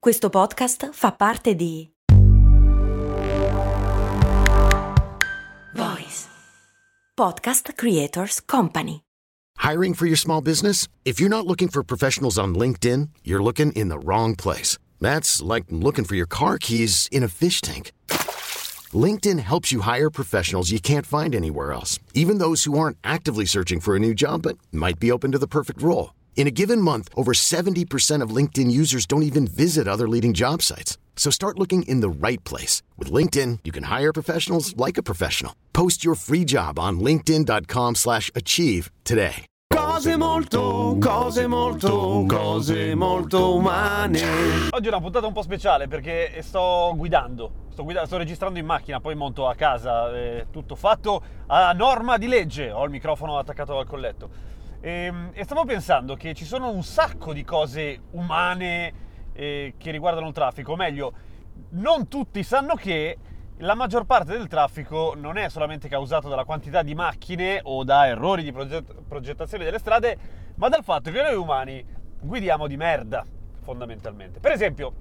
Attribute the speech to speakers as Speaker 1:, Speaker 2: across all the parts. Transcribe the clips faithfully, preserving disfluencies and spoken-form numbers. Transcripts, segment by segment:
Speaker 1: Questo podcast fa parte di Voice Podcast Creators Company.
Speaker 2: Hiring for your small business? If you're not looking for professionals on LinkedIn, you're looking in the wrong place. That's like looking for your car keys in a fish tank. LinkedIn helps you hire professionals you can't find anywhere else, even those who aren't actively searching for a new job but might be open to the perfect role. In a given month, over seventy percent of LinkedIn users don't even visit other leading job sites. So start looking in the right place. With LinkedIn, you can hire professionals like a professional. Post your free job on linkedin.com slash achieve today.
Speaker 3: Cose molto, cose molto, cose molto umane.
Speaker 4: Oggi è una puntata un po' speciale perché sto guidando, sto, guidando, sto registrando in macchina, poi monto a casa, è tutto fatto a norma di legge, ho il microfono attaccato al colletto. E, e stavo pensando che ci sono un sacco di cose umane eh, che riguardano il traffico, o meglio, non tutti sanno che la maggior parte del traffico non è solamente causato dalla quantità di macchine o da errori di proget- progettazione delle strade, ma dal fatto che noi umani guidiamo di merda, fondamentalmente. Per esempio,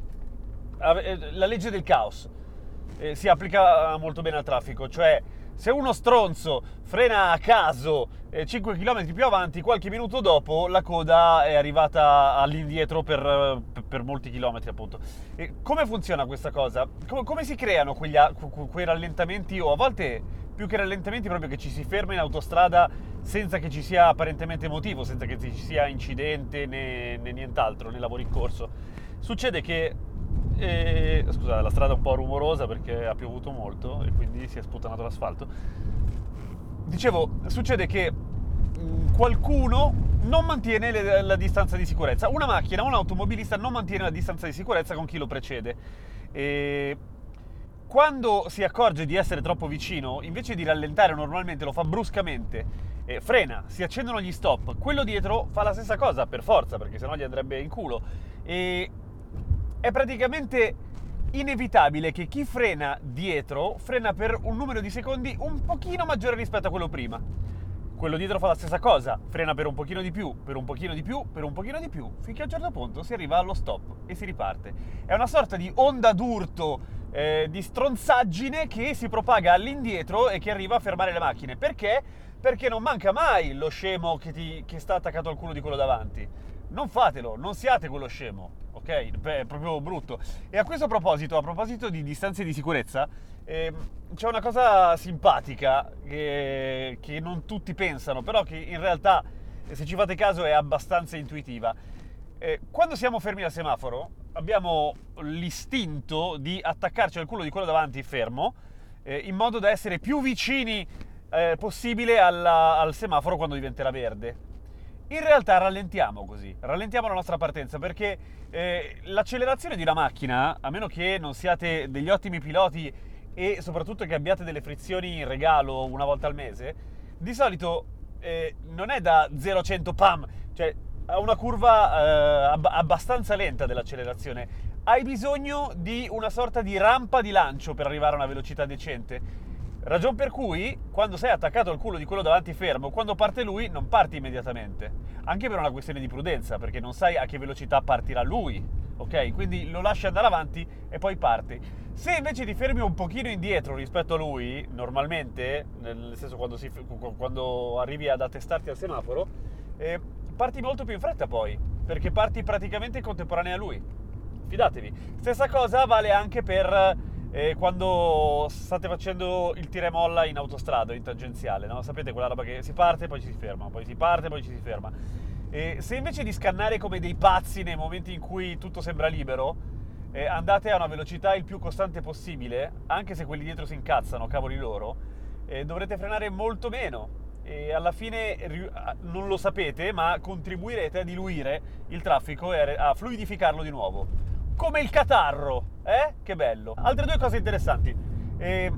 Speaker 4: la legge del caos eh, si applica molto bene al traffico, cioè se uno stronzo frena a caso eh, cinque chilometri più avanti, qualche minuto dopo la coda è arrivata all'indietro per, per molti chilometri, appunto. E come funziona questa cosa? Come, come si creano quegli, quei rallentamenti, o a volte più che rallentamenti proprio che ci si ferma in autostrada senza che ci sia apparentemente motivo, senza che ci sia incidente né, né nient'altro, né lavori in corso? Succede che E, scusate, la strada è un po' rumorosa perché ha piovuto molto e quindi si è sputtanato l'asfalto. Dicevo, succede che mh, qualcuno non mantiene le, la distanza di sicurezza. Una macchina, un automobilista non mantiene la distanza di sicurezza con chi lo precede. E quando si accorge di essere troppo vicino, invece di rallentare normalmente, lo fa bruscamente, e frena, si accendono gli stop. Quello dietro fa la stessa cosa, per forza, perché sennò gli andrebbe in culo. E è praticamente inevitabile che chi frena dietro frena per un numero di secondi un pochino maggiore rispetto a quello prima. Quello dietro fa la stessa cosa, frena per un pochino di più, per un pochino di più, per un pochino di più, finché a un certo punto si arriva allo stop e si riparte. È una sorta di onda d'urto, eh, di stronzaggine che si propaga all'indietro e che arriva a fermare le macchine. Perché? Perché non manca mai lo scemo che, ti, che sta attaccato al culo di quello davanti. Non fatelo, non siate quello scemo. Ok? Beh, è proprio brutto. E a questo proposito, a proposito di distanze di sicurezza, eh, c'è una cosa simpatica che, che non tutti pensano, però che in realtà, se ci fate caso, è abbastanza intuitiva. Eh, quando siamo fermi al semaforo, abbiamo l'istinto di attaccarci al culo di quello davanti fermo, eh, in modo da essere più vicini eh, possibile alla, al semaforo quando diventerà verde. In realtà rallentiamo così, rallentiamo la nostra partenza, perché eh, l'accelerazione di una macchina, a meno che non siate degli ottimi piloti e soprattutto che abbiate delle frizioni in regalo una volta al mese, di solito eh, non è da zero a cento pam, cioè ha una curva eh, ab- abbastanza lenta dell'accelerazione. Hai bisogno di una sorta di rampa di lancio per arrivare a una velocità decente. Ragion per cui, quando sei attaccato al culo di quello davanti fermo, quando parte lui, non parti immediatamente. Anche per una questione di prudenza, perché non sai a che velocità partirà lui, ok? Quindi lo lasci andare avanti e poi parti. Se invece ti fermi un pochino indietro rispetto a lui, normalmente, nel senso quando, si, quando arrivi ad attestarti al semaforo, eh, parti molto più in fretta poi, perché parti praticamente in contemporanea a lui. Fidatevi. Stessa cosa vale anche per... E quando state facendo il tira e molla in autostrada, in tangenziale, no? Sapete quella roba che si parte e poi ci si ferma, poi si parte e poi ci si ferma. E se invece di scannare come dei pazzi nei momenti in cui tutto sembra libero, eh, andate a una velocità il più costante possibile, anche se quelli dietro si incazzano, cavoli loro, eh, dovrete frenare molto meno. E alla fine non lo sapete, ma contribuirete a diluire il traffico e a fluidificarlo di nuovo. Come il catarro, eh? Che bello. Altre due cose interessanti. Eh,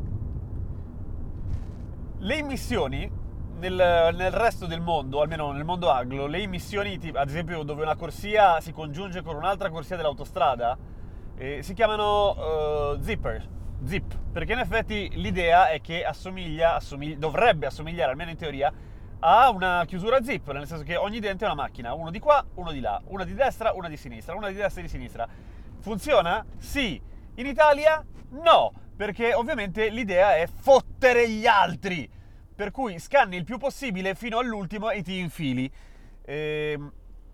Speaker 4: le emissioni nel, nel resto del mondo, almeno nel mondo anglo, le emissioni, ad esempio dove una corsia si congiunge con un'altra corsia dell'autostrada, eh, si chiamano uh, zipper, zip, perché in effetti l'idea è che assomiglia, assomiglia, dovrebbe assomigliare, almeno in teoria, a una chiusura zip, nel senso che ogni dente è una macchina, uno di qua, uno di là, una di destra, una di sinistra, una di destra e di sinistra. Funziona? Sì. In Italia? No, perché ovviamente l'idea è fottere gli altri, per cui scanni il più possibile fino all'ultimo e ti infili, ehm,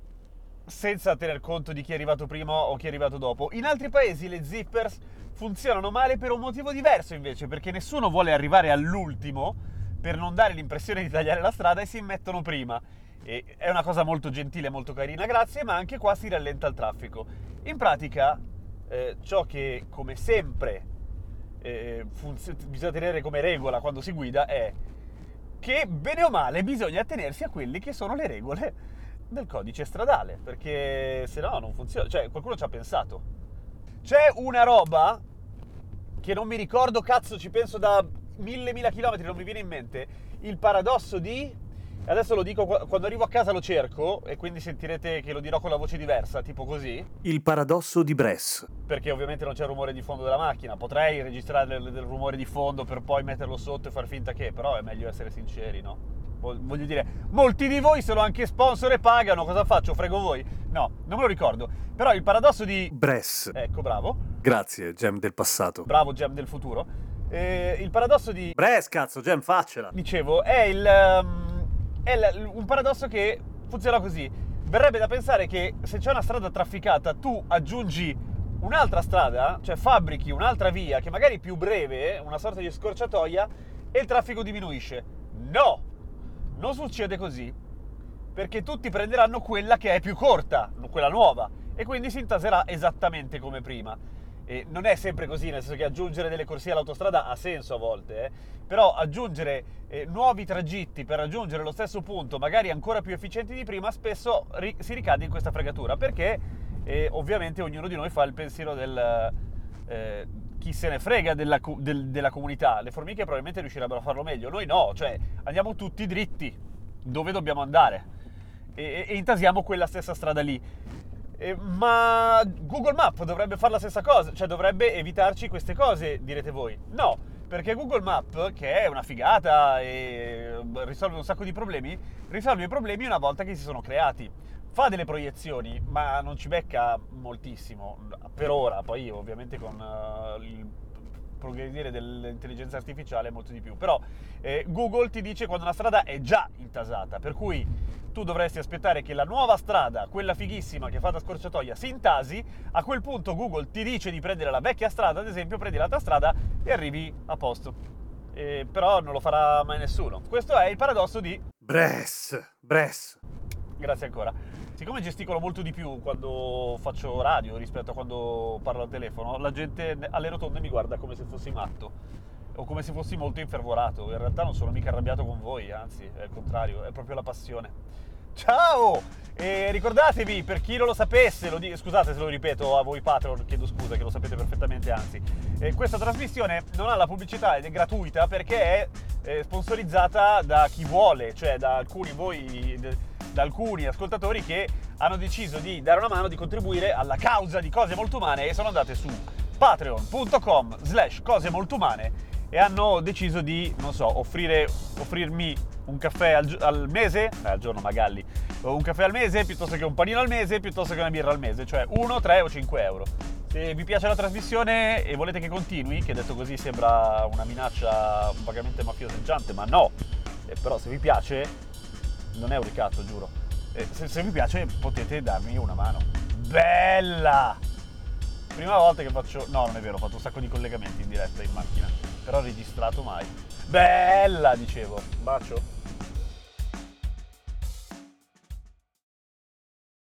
Speaker 4: senza tener conto di chi è arrivato prima o chi è arrivato dopo. In altri paesi le zippers funzionano male per un motivo diverso invece, perché nessuno vuole arrivare all'ultimo per non dare l'impressione di tagliare la strada e si mettono prima. E è una cosa molto gentile, molto carina, grazie, ma anche qua si rallenta il traffico. In pratica, eh, ciò che, come sempre, eh, funziona, bisogna tenere come regola quando si guida è che, bene o male, bisogna attenersi a quelle che sono le regole del codice stradale, perché se no non funziona. Cioè, qualcuno ci ha pensato. C'è una roba che non mi ricordo, cazzo, ci penso da mille mila chilometri, non mi viene in mente, il paradosso di... Adesso lo dico, quando arrivo a casa lo cerco, e quindi sentirete che lo dirò con la voce diversa, tipo così.
Speaker 3: Il paradosso di Bress.
Speaker 4: Perché ovviamente non c'è il rumore di fondo della macchina. Potrei registrare del, del rumore di fondo per poi metterlo sotto e far finta che, però è meglio essere sinceri, no? Voglio dire, molti di voi sono anche sponsor e pagano, cosa faccio? Frego voi? No, non me lo ricordo. Però il paradosso di...
Speaker 3: Bress.
Speaker 4: Ecco, bravo.
Speaker 3: Grazie, Gem del passato.
Speaker 4: Bravo, Gem del futuro. Eh, il paradosso di...
Speaker 3: Bress, cazzo, Gem, faccela.
Speaker 4: Dicevo, è il... Um, è l- un paradosso che funziona così. Verrebbe da pensare che se c'è una strada trafficata, tu aggiungi un'altra strada, cioè fabbrichi un'altra via che magari è più breve, una sorta di scorciatoia, e il traffico diminuisce. No! Non succede così, perché tutti prenderanno quella che è più corta, quella nuova, e quindi si intaserà esattamente come prima. E non è sempre così, nel senso che aggiungere delle corsie all'autostrada ha senso a volte, eh? Però aggiungere eh, nuovi tragitti per raggiungere lo stesso punto, magari ancora più efficienti di prima, spesso ri- si ricade in questa fregatura, perché eh, ovviamente ognuno di noi fa il pensiero del... Eh, chi se ne frega della, del, della comunità. Le formiche probabilmente riuscirebbero a farlo meglio, noi no, cioè andiamo tutti dritti dove dobbiamo andare e, e intasiamo quella stessa strada lì. E, ma Google Maps dovrebbe fare la stessa cosa, cioè dovrebbe evitarci queste cose, direte voi. No, perché Google Maps, che è una figata e risolve un sacco di problemi, risolve i problemi una volta che si sono creati. Fa delle proiezioni, ma non ci becca moltissimo per ora. Poi ovviamente con uh, il progredire dell'intelligenza artificiale molto di più. Però eh, Google ti dice quando una strada è già intasata, per cui tu dovresti aspettare che la nuova strada, quella fighissima che fa da scorciatoia, si intasi. A quel punto Google ti dice di prendere la vecchia strada, ad esempio, prendi l'altra strada e arrivi a posto. Eh, però non lo farà mai nessuno. Questo è il paradosso di
Speaker 3: Bress, Bress.
Speaker 4: Grazie ancora. Siccome gesticolo molto di più quando faccio radio rispetto a quando parlo al telefono, la gente alle rotonde mi guarda come se fossi matto o come se fossi molto infervorato. In realtà non sono mica arrabbiato con voi, anzi, è il contrario, è proprio la passione. Ciao! E ricordatevi, per chi non lo sapesse, lo dico, scusate se lo ripeto a voi Patreon, chiedo scusa che lo sapete perfettamente, anzi, eh, questa trasmissione non ha la pubblicità ed è gratuita perché è eh, sponsorizzata da chi vuole, cioè da alcuni voi... De, da alcuni ascoltatori che hanno deciso di dare una mano, di contribuire alla causa di Cose Molto Umane e sono andate su patreon punto com slash cose molto umane e hanno deciso di, non so, offrire, offrirmi un caffè al, al mese, eh, al giorno Magalli, un caffè al mese piuttosto che un panino al mese, piuttosto che una birra al mese, cioè uno, tre o cinque euro. Se vi piace la trasmissione e volete che continui, che detto così sembra una minaccia vagamente mafioseggiante, ma no, eh, però se vi piace... non è un ricatto, giuro. Eh, se, se vi piace potete darmi una mano. Bella! Prima volta che faccio... No, non è vero, ho fatto un sacco di collegamenti in diretta in macchina. Però registrato mai. Bella, dicevo. Bacio.